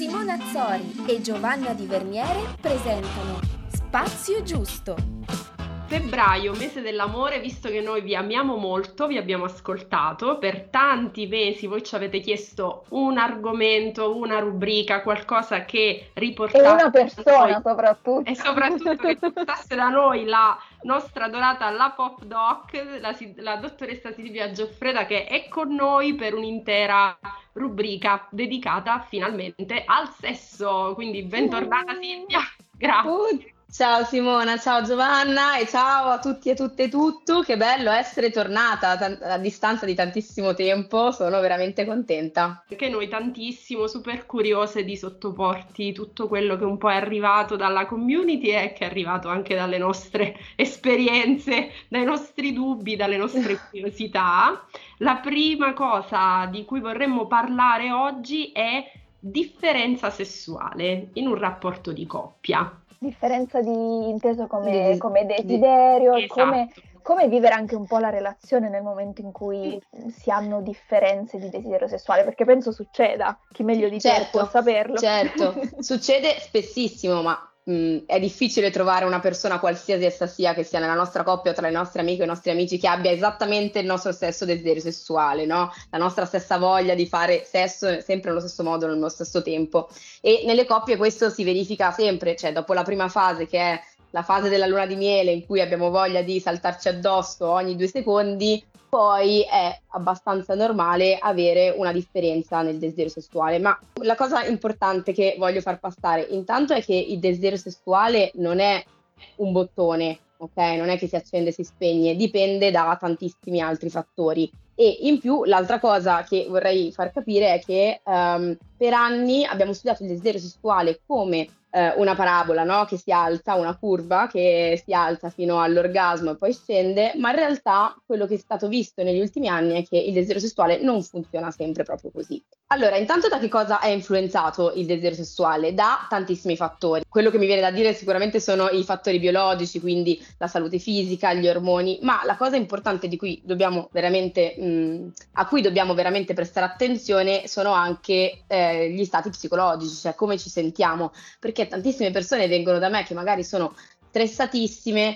Simona Azzori e Giovanna Di Verniere presentano Spazio Giusto. Febbraio, mese dell'amore, visto che noi vi amiamo molto, vi abbiamo ascoltato, per tanti mesi voi ci avete chiesto un argomento, una rubrica, qualcosa che riportasse E una persona noi, soprattutto. e soprattutto che portasse da noi la nostra adorata La Pop Doc, la dottoressa Silvia Gioffreda, che è con noi per un'intera rubrica dedicata finalmente al sesso. Quindi bentornata Silvia, grazie. Ciao Simona, ciao Giovanna e ciao a tutti e tutte e tutto. Che bello essere tornata a distanza di tantissimo tempo, sono veramente contenta. Anche noi tantissimo, super curiose di sottoporti tutto quello che un po' è arrivato dalla community e che è arrivato anche dalle nostre esperienze, dai nostri dubbi, dalle nostre curiosità. La prima cosa di cui vorremmo parlare oggi è differenza sessuale in un rapporto di coppia. Differenza inteso come desiderio, esatto. come vivere anche un po' la relazione nel momento in cui si hanno differenze di desiderio sessuale, perché penso succeda, chi meglio di te può saperlo. Certo, succede spessissimo, ma è difficile trovare una persona qualsiasi essa sia, che sia nella nostra coppia o tra le nostre amiche o i nostri amici, che abbia esattamente il nostro stesso desiderio sessuale, no? La nostra stessa voglia di fare sesso sempre nello stesso modo, nello stesso tempo. E nelle coppie questo si verifica sempre, cioè dopo la prima fase, che è la fase della luna di miele, in cui abbiamo voglia di saltarci addosso ogni 2 secondi, poi è abbastanza normale avere una differenza nel desiderio sessuale. Ma la cosa importante che voglio far passare intanto è che il desiderio sessuale non è un bottone, ok? Non è che si accende e si spegne, dipende da tantissimi altri fattori. E in più l'altra cosa che vorrei far capire è che per anni abbiamo studiato il desiderio sessuale come una parabola, no? Che si alza, una curva che si alza fino all'orgasmo e poi scende, ma in realtà quello che è stato visto negli ultimi anni è che il desiderio sessuale non funziona sempre proprio così. Allora, intanto da che cosa è influenzato il desiderio sessuale? Da tantissimi fattori. Quello che mi viene da dire sicuramente sono i fattori biologici, quindi la salute fisica, gli ormoni, ma la cosa importante di cui dobbiamo veramente, a cui dobbiamo veramente prestare attenzione sono anche gli stati psicologici, cioè come ci sentiamo, perché tantissime persone vengono da me che magari sono stressatissime,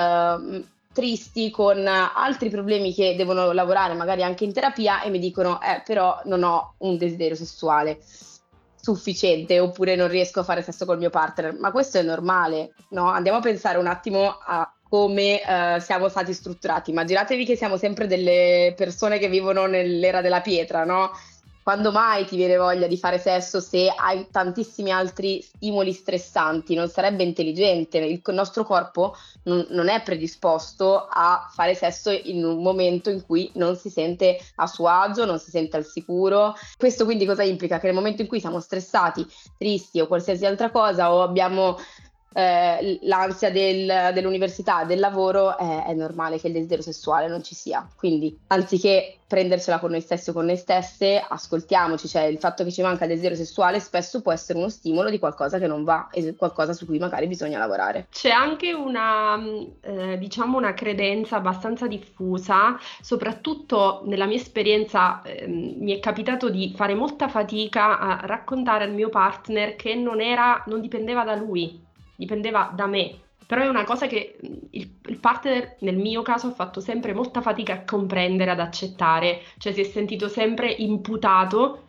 tristi, con altri problemi che devono lavorare magari anche in terapia, e mi dicono però non ho un desiderio sessuale sufficiente, oppure non riesco a fare sesso col mio partner. Ma questo è normale, no? Andiamo a pensare un attimo a come siamo stati strutturati. Immaginatevi che siamo sempre delle persone che vivono nell'era della pietra, no? Quando mai ti viene voglia di fare sesso se hai tantissimi altri stimoli stressanti? Non sarebbe intelligente. Il nostro corpo non è predisposto a fare sesso in un momento in cui non si sente a suo agio, non si sente al sicuro. Questo quindi cosa implica? Che nel momento in cui siamo stressati, tristi o qualsiasi altra cosa, o abbiamo l'ansia dell'università, del lavoro, è normale che il desiderio sessuale non ci sia. Quindi anziché prendercela con noi stessi o con noi stesse, ascoltiamoci, cioè il fatto che ci manca il desiderio sessuale spesso può essere uno stimolo di qualcosa che non va e qualcosa su cui magari bisogna lavorare. C'è anche diciamo una credenza abbastanza diffusa, soprattutto nella mia esperienza, mi è capitato di fare molta fatica a raccontare al mio partner che non dipendeva da lui, dipendeva da me. Però è una cosa che il partner, nel mio caso, ha fatto sempre molta fatica a comprendere, ad accettare, cioè si è sentito sempre imputato,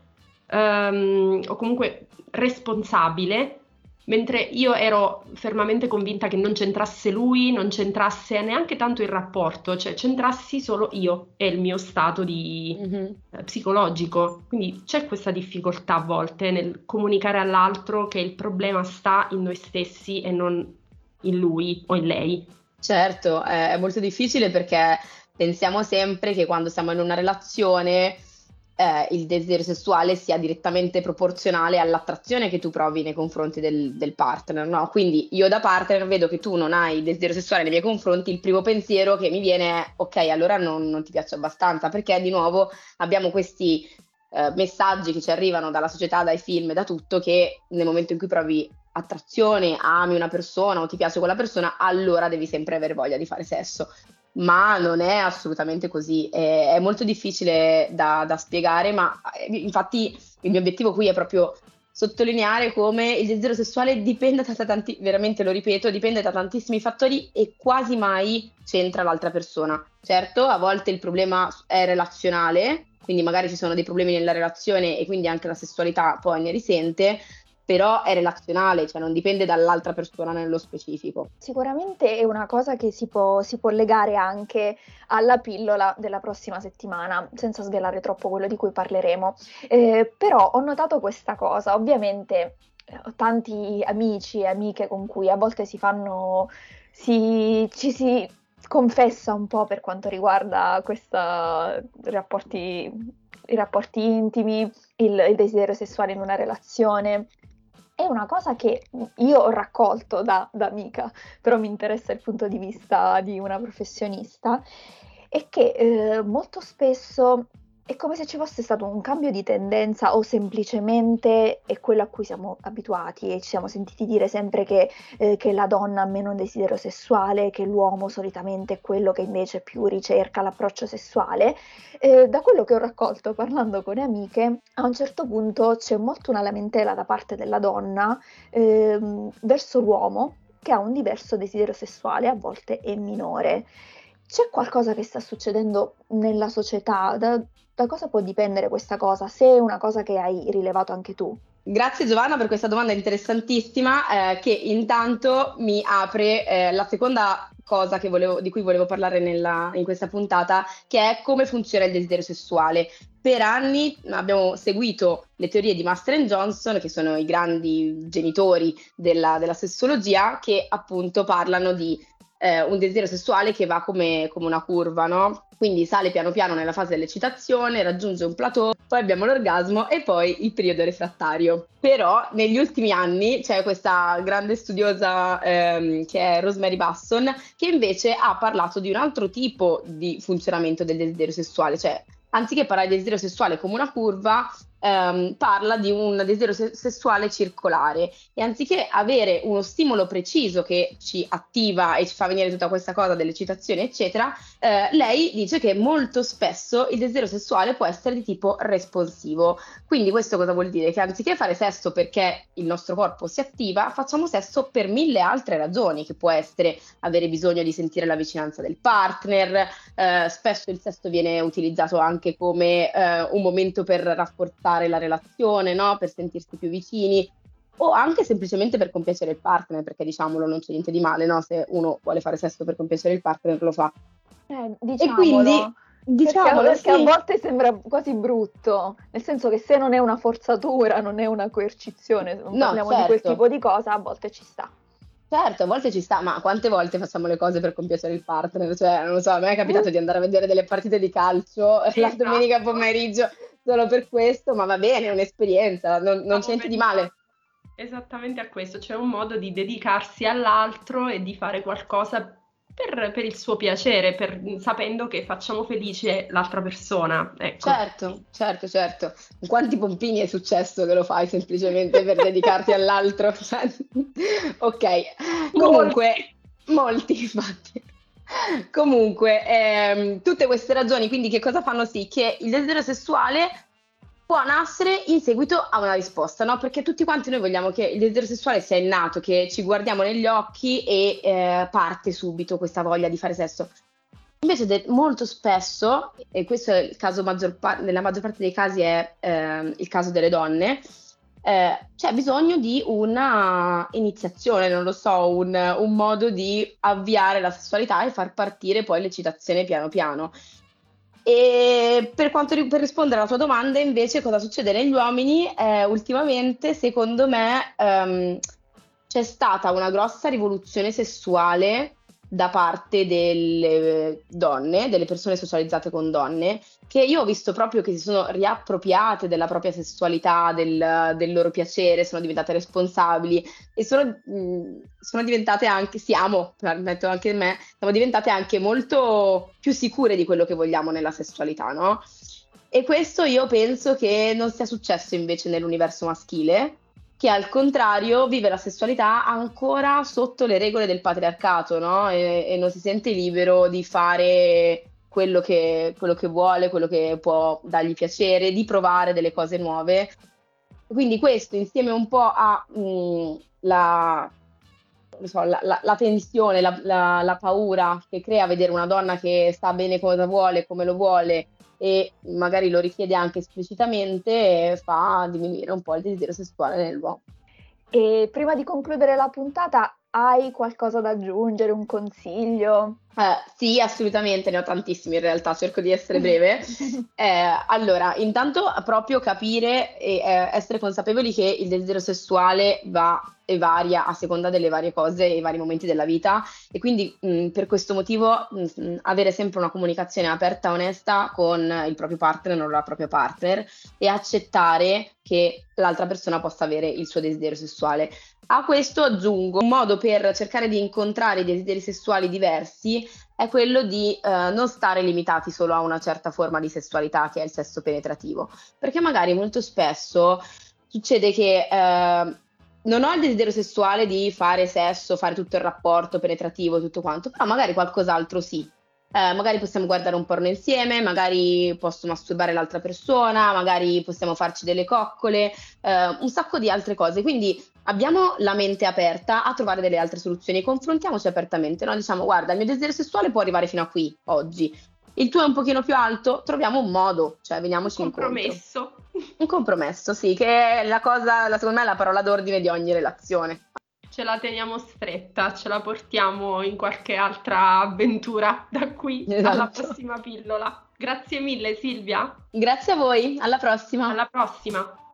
o comunque responsabile, mentre io ero fermamente convinta che non c'entrasse lui, non c'entrasse neanche tanto il rapporto, cioè c'entrassi solo io e il mio stato psicologico. Quindi c'è questa difficoltà a volte nel comunicare all'altro che il problema sta in noi stessi e non in lui o in lei. Certo, è molto difficile perché pensiamo sempre che quando siamo in una relazione il desiderio sessuale sia direttamente proporzionale all'attrazione che tu provi nei confronti del partner, no? Quindi io da partner vedo che tu non hai desiderio sessuale nei miei confronti, il primo pensiero che mi viene è ok, allora non ti piaccio abbastanza, perché di nuovo abbiamo questi messaggi che ci arrivano dalla società, dai film, da tutto, che nel momento in cui provi attrazione, ami una persona o ti piace quella persona, allora devi sempre avere voglia di fare sesso. Ma non è assolutamente così, è molto difficile da spiegare, ma infatti il mio obiettivo qui è proprio sottolineare come il desiderio sessuale dipende da tanti, veramente lo ripeto, dipende da tantissimi fattori e quasi mai c'entra l'altra persona. Certo, a volte il problema è relazionale, quindi magari ci sono dei problemi nella relazione e quindi anche la sessualità poi ne risente, però è relazionale, cioè non dipende dall'altra persona nello specifico. Sicuramente è una cosa che si può legare anche alla pillola della prossima settimana, senza svelare troppo quello di cui parleremo. Però ho notato questa cosa, ovviamente ho tanti amici e amiche con cui a volte ci si confessa un po' per quanto riguarda i rapporti intimi, il desiderio sessuale in una relazione. È una cosa che io ho raccolto da amica, però mi interessa il punto di vista di una professionista, è che molto spesso è come se ci fosse stato un cambio di tendenza o semplicemente è quello a cui siamo abituati e ci siamo sentiti dire sempre che la donna ha meno desiderio sessuale, che l'uomo solitamente è quello che invece più ricerca l'approccio sessuale. Da quello che ho raccolto parlando con amiche, a un certo punto c'è molto una lamentela da parte della donna verso l'uomo che ha un diverso desiderio sessuale, a volte è minore. C'è qualcosa che sta succedendo nella società? Da cosa può dipendere questa cosa? Se è una cosa che hai rilevato anche tu. Grazie Giovanna per questa domanda interessantissima che intanto mi apre la seconda cosa di cui volevo parlare in questa puntata, che è come funziona il desiderio sessuale. Per anni abbiamo seguito le teorie di Master and Johnson, che sono i grandi genitori della sessologia, che appunto parlano di un desiderio sessuale che va come una curva, no? Quindi sale piano piano nella fase dell'eccitazione, raggiunge un plateau, poi abbiamo l'orgasmo e poi il periodo refrattario. Però negli ultimi anni c'è questa grande studiosa che è Rosemary Basson, che invece ha parlato di un altro tipo di funzionamento del desiderio sessuale, cioè anziché parlare di desiderio sessuale come una curva, parla di un desiderio sessuale circolare, e anziché avere uno stimolo preciso che ci attiva e ci fa venire tutta questa cosa dell'eccitazione eccetera, lei dice che molto spesso il desiderio sessuale può essere di tipo responsivo. Quindi questo cosa vuol dire? Che anziché fare sesso perché il nostro corpo si attiva, facciamo sesso per 1000 altre ragioni, che può essere avere bisogno di sentire la vicinanza del partner, spesso il sesso viene utilizzato anche come un momento per rafforzare la relazione, no? Per sentirsi più vicini, o anche semplicemente per compiacere il partner, perché diciamolo, non c'è niente di male, no? Se uno vuole fare sesso per compiacere il partner, lo fa. Diciamolo, e quindi diciamolo, perché sì. a volte sembra quasi brutto, nel senso che se non è una forzatura, non è una coercizione, se non No, parliamo di quel certo. tipo di cosa, a volte ci sta. Certo, a volte ci sta, ma quante volte facciamo le cose per compiacere il partner? Cioè, non lo so, a me è capitato di andare a vedere delle partite di calcio la domenica pomeriggio solo per questo, ma va bene, è un'esperienza, non c'è niente di male. Esattamente a questo, c'è un modo di dedicarsi all'altro e di fare qualcosa per il suo piacere, sapendo che facciamo felice l'altra persona. Ecco. Certo. In quanti pompini è successo che lo fai semplicemente per dedicarti all'altro? Ok, comunque, molti infatti. Comunque, tutte queste ragioni, quindi che cosa fanno sì che il desiderio sessuale può nascere in seguito a una risposta, no? Perché tutti quanti noi vogliamo che il desiderio sessuale sia innato, che ci guardiamo negli occhi e parte subito questa voglia di fare sesso. Invece molto spesso, e questo è il caso nella maggior parte dei casi è il caso delle donne, c'è bisogno di una iniziazione, non lo so, un modo di avviare la sessualità e far partire poi l'eccitazione piano piano. E per rispondere alla tua domanda, invece, cosa succede negli uomini? Ultimamente, secondo me, c'è stata una grossa rivoluzione sessuale da parte delle donne, delle persone socializzate con donne, che io ho visto proprio che si sono riappropriate della propria sessualità, del loro piacere, sono diventate responsabili e sono diventate anche, permetto anche me, siamo diventate anche molto più sicure di quello che vogliamo nella sessualità, no? E questo io penso che non sia successo invece nell'universo maschile, che al contrario vive la sessualità ancora sotto le regole del patriarcato, no? E non si sente libero di fare quello che vuole, quello che può dargli piacere, di provare delle cose nuove. Quindi questo insieme un po' a la tensione, la paura che crea vedere una donna che sta bene cosa vuole, come lo vuole e magari lo richiede anche esplicitamente, fa diminuire un po' il desiderio sessuale nell'uomo. E prima di concludere la puntata, hai qualcosa da aggiungere, un consiglio? Sì, assolutamente, ne ho tantissimi in realtà, cerco di essere breve. Allora, intanto proprio capire e essere consapevoli che il desiderio sessuale va e varia a seconda delle varie cose e i vari momenti della vita e quindi per questo motivo avere sempre una comunicazione aperta e onesta con il proprio partner o la propria partner e accettare che l'altra persona possa avere il suo desiderio sessuale. A questo aggiungo un modo per cercare di incontrare i desideri sessuali diversi è quello di non stare limitati solo a una certa forma di sessualità che è il sesso penetrativo, perché magari molto spesso succede che non ho il desiderio sessuale di fare sesso, fare tutto il rapporto penetrativo, tutto quanto, però magari qualcos'altro sì. Magari possiamo guardare un porno insieme, magari posso masturbare l'altra persona, magari possiamo farci delle coccole, un sacco di altre cose. Quindi abbiamo la mente aperta a trovare delle altre soluzioni, confrontiamoci apertamente, no? Diciamo, guarda, il mio desiderio sessuale può arrivare fino a qui oggi. Il tuo è un pochino più alto, troviamo un modo, cioè veniamoci incontro. Compromesso. Un compromesso, sì, che è la cosa, secondo me, è la parola d'ordine di ogni relazione. Ce la teniamo stretta, ce la portiamo in qualche altra avventura da qui alla prossima pillola. Grazie mille Silvia. Grazie a voi, alla prossima. Alla prossima.